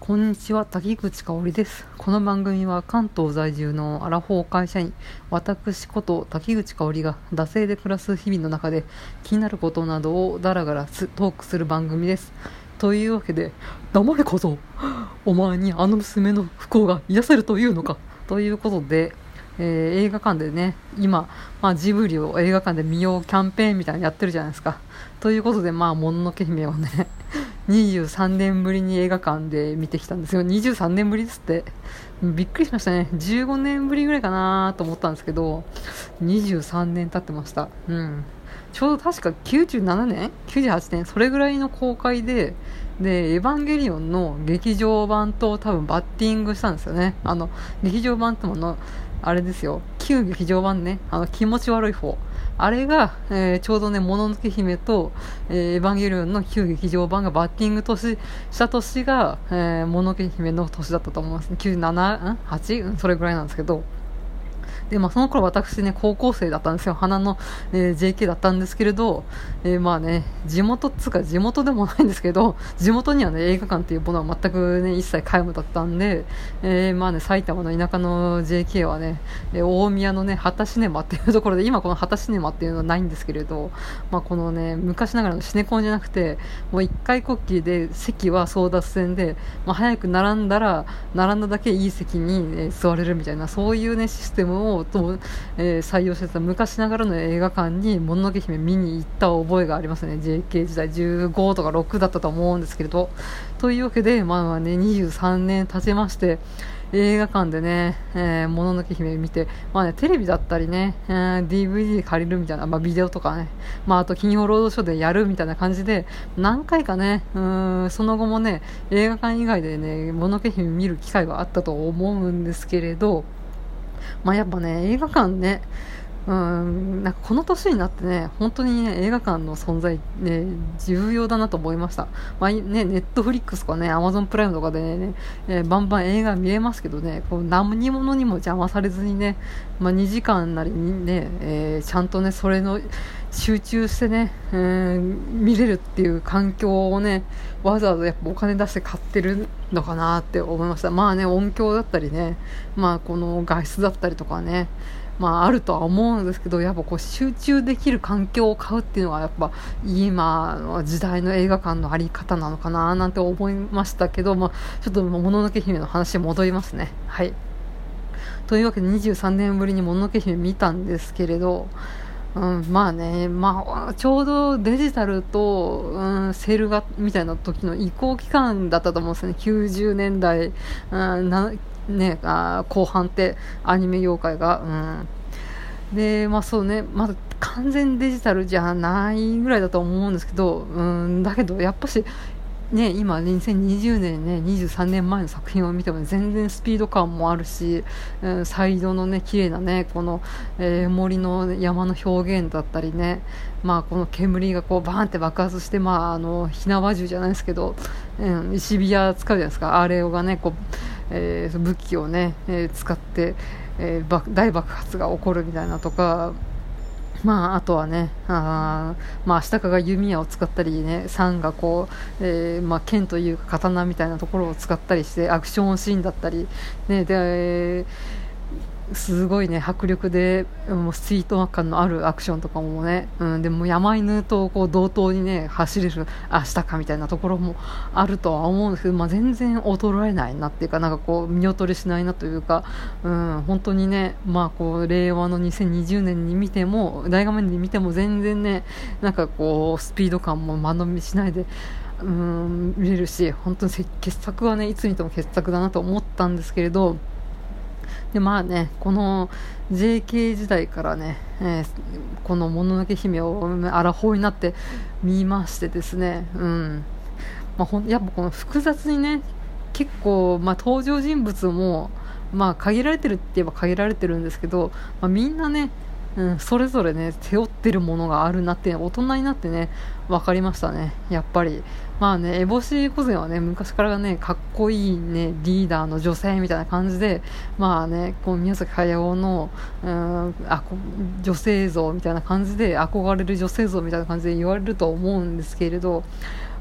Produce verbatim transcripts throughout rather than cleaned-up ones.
こんにちは、滝口香織です。この番組は関東在住のアラフォー会社員、私こと滝口香織が惰性で暮らす日々の中で気になることなどをダラダラトークする番組です。というわけで、黙れ小僧、お前にあの娘の不幸が癒せるというのかということで、えー映画館でね、今、まあ、ジブリを映画館で見ようキャンペーンみたいなのやってるじゃないですか。ということで、まあ、もののけ姫をね、にじゅうさんねんぶりに映画館で見てきたんですよ。にじゅうさんねんぶりですって。びっくりしましたね。じゅうごねんぶりぐらいかなと思ったんですけど、にじゅうさんねん経ってました。うん。ちょうど確かきゅうじゅうななねん ?きゅうじゅうはち 年それぐらいの公開で、で、エヴァンゲリオンの劇場版と多分バッティングしたんですよね。あの、劇場版ってもの、あれですよ。旧劇場版ね。あの、気持ち悪い方。あれが、えーちょうどね、もののけ姫と、えーエヴァンゲリオンの旧劇場版がバッティング年した年が、えーもののけ姫の年だったと思いますね。きゅうじゅうなな、ん はち? うん、それぐらいなんですけど。で、まあ、その頃私ね、高校生だったんですよ。花の、えー ジェーケー だったんですけれど、えーまあね、地元っつうか地元でもないんですけど、地元にはね、映画館っていうものは全くね、一切皆無だったんで、えーまあね、埼玉の田舎の ジェーケー はね、えー大宮のね、畑シネマっていうところで、今この畑シネマっていうのはないんですけれど、まあこのね、昔ながらのシネコンじゃなくて、もう一回こっきりで、席は争奪戦で、まあ早く並んだら、並んだだけいい席に、えー座れるみたいな、そういうね、システムをと、えー採用してた昔ながらの映画館にもののけ姫見に行った覚えがありますね。 ジェーケー 時代じゅうごとかろくだったと思うんですけれど、というわけで、まあまあね、にじゅうさんねん経ちまして、映画館でね、えーもののけ姫見て、まあね、テレビだったりね、えー ディーブイディー 借りるみたいな、まあビデオとかね、まああと金曜ロードショーでやるみたいな感じで、何回かね、うーん、その後もね、映画館以外でね、もののけ姫見る機会はあったと思うんですけれど、まあやっぱね、映画館ね、うーん、なんかこの年になってね、本当にね、映画館の存在ね、重要だなと思いました。まあね、ネットフリックスとかね、アマゾンプライムとかでね、えーバンバン映画見えますけどね、こう何者にも邪魔されずにね、まあにじかんなりにね、えーちゃんとね、それの集中してね、えー見れるっていう環境をね、わざわざやっぱお金出して買ってるのかなって思いました。まあね、音響だったりね、まあこの画質だったりとかね、まああるとは思うんですけど、やっぱこう集中できる環境を買うっていうのがやっぱ今の時代の映画館のあり方なのかななんて思いましたけど、まあちょっともののけ姫の話に戻りますね。はい。というわけでにじゅうさんねんぶりにもののけ姫見たんですけれど、うん、まあね、まあ、ちょうどデジタルと、うん、セールがみたいな時の移行期間だったと思うんですね。きゅうじゅうねんだい、うん、なね、あ後半ってアニメ業界が、うん、で、まあそうね、まだ完全デジタルじゃないぐらいだと思うんですけど、うん、だけどやっぱしね、今にせんにじゅうねんね、にじゅうさんねんまえの作品を見ても、ね、全然スピード感もあるし、うん、サイドのね、綺麗なね、この、えー森の山の表現だったりね、まあこの煙がこうバーンって爆発して、まああの、火縄銃じゃないですけど、うん、石火矢使うじゃないですか、あれがね、こう、えー武器をね、えー使って、えー爆大爆発が起こるみたいなとか、まあ、あとはね、あーまあ、下が弓矢を使ったりね、サンがこう、えーまあ、剣というか刀みたいなところを使ったりして、アクションシーンだったり、ね、で、すごいね、迫力で、もうスイート感のあるアクションとかもね、うん、でも山犬とこう同等にね、走れる、あ、したかみたいなところもあるとは思うんですけど、まあ、全然衰えないなっていうか、なんかこう、見劣りしないなというか、うん、本当にね、まあこう、令和のにせんにじゅうねんに見ても、大画面で見ても全然ね、なんかこう、スピード感も間延びしないで、うん、見れるし、本当に傑作はね、いつ見ても傑作だなと思ったんですけれど、でまあね、この ジェーケー 時代からね、えーこのもののけ姫をアラフォーになって見ましてですね、うんまあ、ほんやっぱこの複雑にね、結構、まあ、登場人物も、まあ、限られてるって言えば限られてるんですけど、まあ、みんなね、うん、それぞれね背負ってるものがあるなって大人になってね分かりましたね。やっぱりまあね、烏帽子御前はね昔からねかっこいいねリーダーの女性みたいな感じで、まあねこう宮崎駿の、うん、あこ女性像みたいな感じで憧れる女性像みたいな感じで言われると思うんですけれど、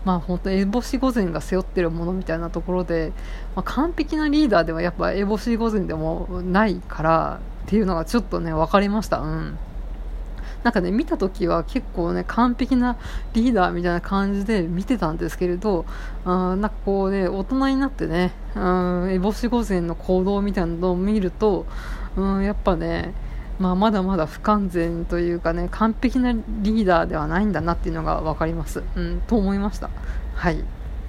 まあ本当烏帽子御前が背負ってるものみたいなところで、まあ、完璧なリーダーではやっぱ烏帽子御前でもないからっていうのがちょっとね分かりました。うんなんかね見た時は結構ね完璧なリーダーみたいな感じで見てたんですけれど、あなんかこうね大人になってね烏帽子御前の行動みたいなのを見ると、うんやっぱねまあ、まだまだ不完全というかね完璧なリーダーではないんだなっていうのが分かります、うん、と思いました。はい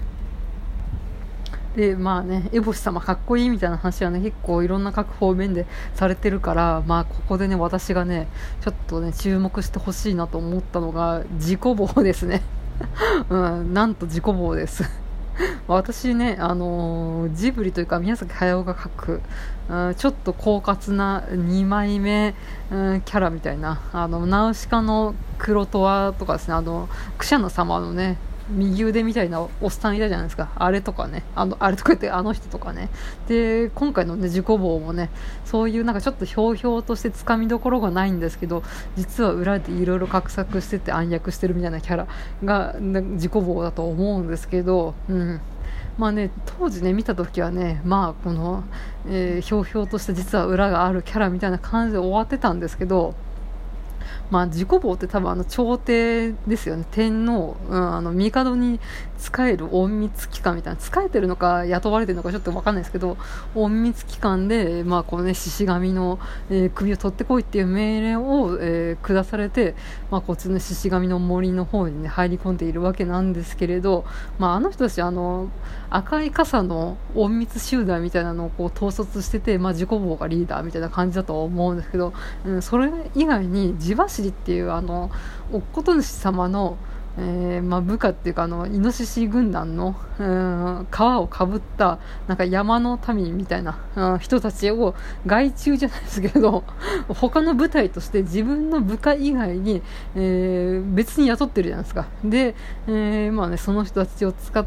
でまあね、烏帽子様かっこいいみたいな話はね結構いろんな各方面でされてるから、まあここでね私がねちょっとね注目してほしいなと思ったのが自己棒ですね、うん、なんと自己棒です私ね、あのージブリというか宮崎駿が描く、うん、ちょっと狡猾なにまいめ、うん、キャラみたいなあのナウシカの黒トワとかですね、あのクシャナ様のね右腕みたいなおっさんいたじゃないですか、あれとかね、あのあれとか言ってあの人とかね、で今回のね自己棒もねそういうなんかちょっとひょうひょうとしてつかみどころがないんですけど、実は裏でいろいろ画策してて暗躍してるみたいなキャラが自己棒だと思うんですけど、うんまあね、当時ね見た時はね、まあこの、えー、ひょうひょうとした実は裏があるキャラみたいな感じで終わってたんですけど、まあ、自己棒って多分あの朝廷ですよね、天皇、うん、あの帝に仕える隠密機関みたいな、仕えてるのか雇われてるのかちょっと分かんないですけど、隠密機関で、まあこのね、獅子神の、えー、首を取ってこいっていう命令を、えー、下されて、まあ、こっちの獅子神の森の方に、ね、入り込んでいるわけなんですけれど、まあ、あの人たちあの赤い傘の隠密集団みたいなのをこう統率してて、まあ、自己棒がリーダーみたいな感じだと思うんですけど、うん、それ以外に地走りっていうあの乙事主様の、えーまあ、部下っていうかあのイノシシ軍団の、うん、皮をかぶったなんか山の民みたいな、うん、人たちを外注じゃないですけど他の部隊として自分の部下以外に、えー、別に雇ってるじゃないですか。で、えーまあね、その人たちを使って、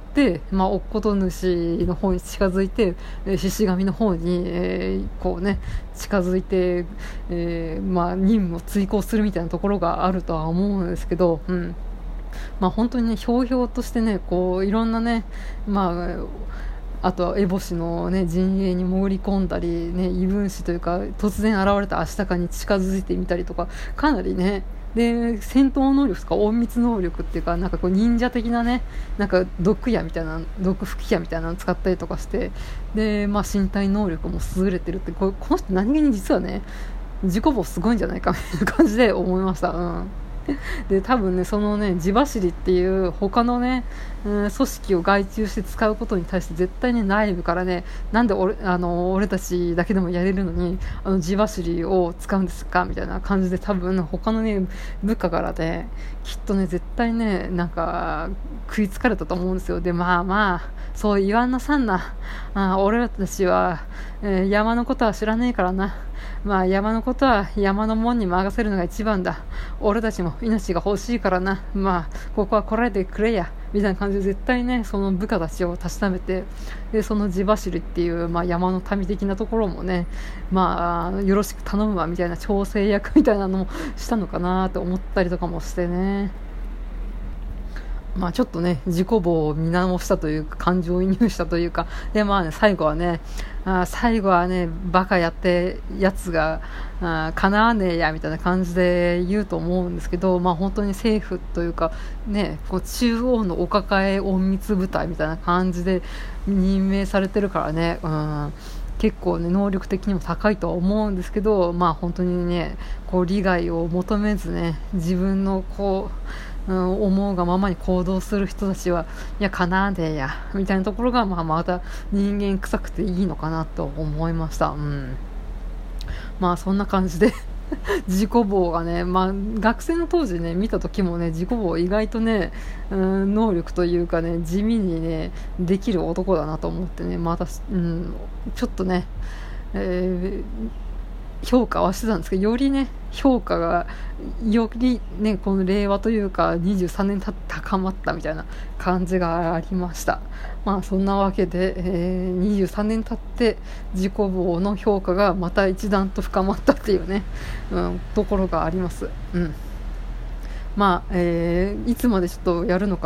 まあ、乙事主の方に近づいて獅子神の方に、えー、こうね近づいて、えーまあ、任務を遂行するみたいなところがあるとは思うんですけど、うんまあ、本当にねひょうひょうとしてねこういろんなね、まあ、あとは烏帽子の、ね、陣営に潜り込んだり、ね、異分子というか突然現れたアシタカに近づいてみたりとかかなりねで戦闘能力とか隠密能力っていうかなんかこう忍者的なねなんか毒矢みたいな毒吹き矢みたいなのを使ったりとかしてで、まあ、身体能力も優れてるってここの人何気に実はね自己棒すごいんじゃないかみたいな感じで思いました。うんで多分ねそのね地走りっていう他のね、うん、組織を外注して使うことに対して絶対に内部からねなんで俺あの俺たちだけでもやれるのにあの地走りを使うんですかみたいな感じで多分他のね部下からねきっとね絶対ねなんか食いつかれたと思うんですよ。でまあまあそう言わんなさんなあ俺らたちは、えー、山のことは知らねえからなまあ山のことは山の門に任せるのが一番だ俺たちも命が欲しいからなまあここは来られてくれやみたいな感じで絶対ねその部下たちをたしなめてでその地走りっていう、まあ、山の民的なところもねまあよろしく頼むわみたいな調整役みたいなのもしたのかなと思ったりとかもしてねまあちょっとね自己棒を見直したというか感情移入したというかでまあね最後はねあ最後はねバカやってやつがあ叶わねえやみたいな感じで言うと思うんですけどまあ本当に政府というかねこう中央のお抱え隠密部隊みたいな感じで任命されてるからねうん結構ね能力的にも高いとは思うんですけどまあ本当にねこう利害を求めずね自分のこう、うん、思うがままに行動する人たちはいやかなーでやみたいなところが、まあ、また人間臭くていいのかなと思いました、うん、まあそんな感じで自己棒がね、まあ、学生の当時ね見た時もね自己棒意外とね、うん、能力というかね地味にねできる男だなと思ってねまた、うん、ちょっとね、えー、評価はしてたんですけどよりね評価がよりねこの令和というかにじゅうさんねん経って高まったみたいな感じがありました。まあそんなわけで、えー、にじゅうさんねん経って自己棒の評価がまた一段と深まったっていうね、うん、ところがあります。うんまあえー、いつまでちょっとやるのか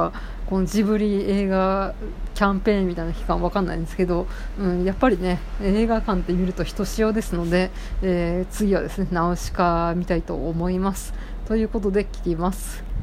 このジブリ映画キャンペーンみたいな期間わかんないんですけど、うん、やっぱりね映画館って見るとひとしおですので、えー、次はですねナウシカ見たいと思います。ということで聞きます。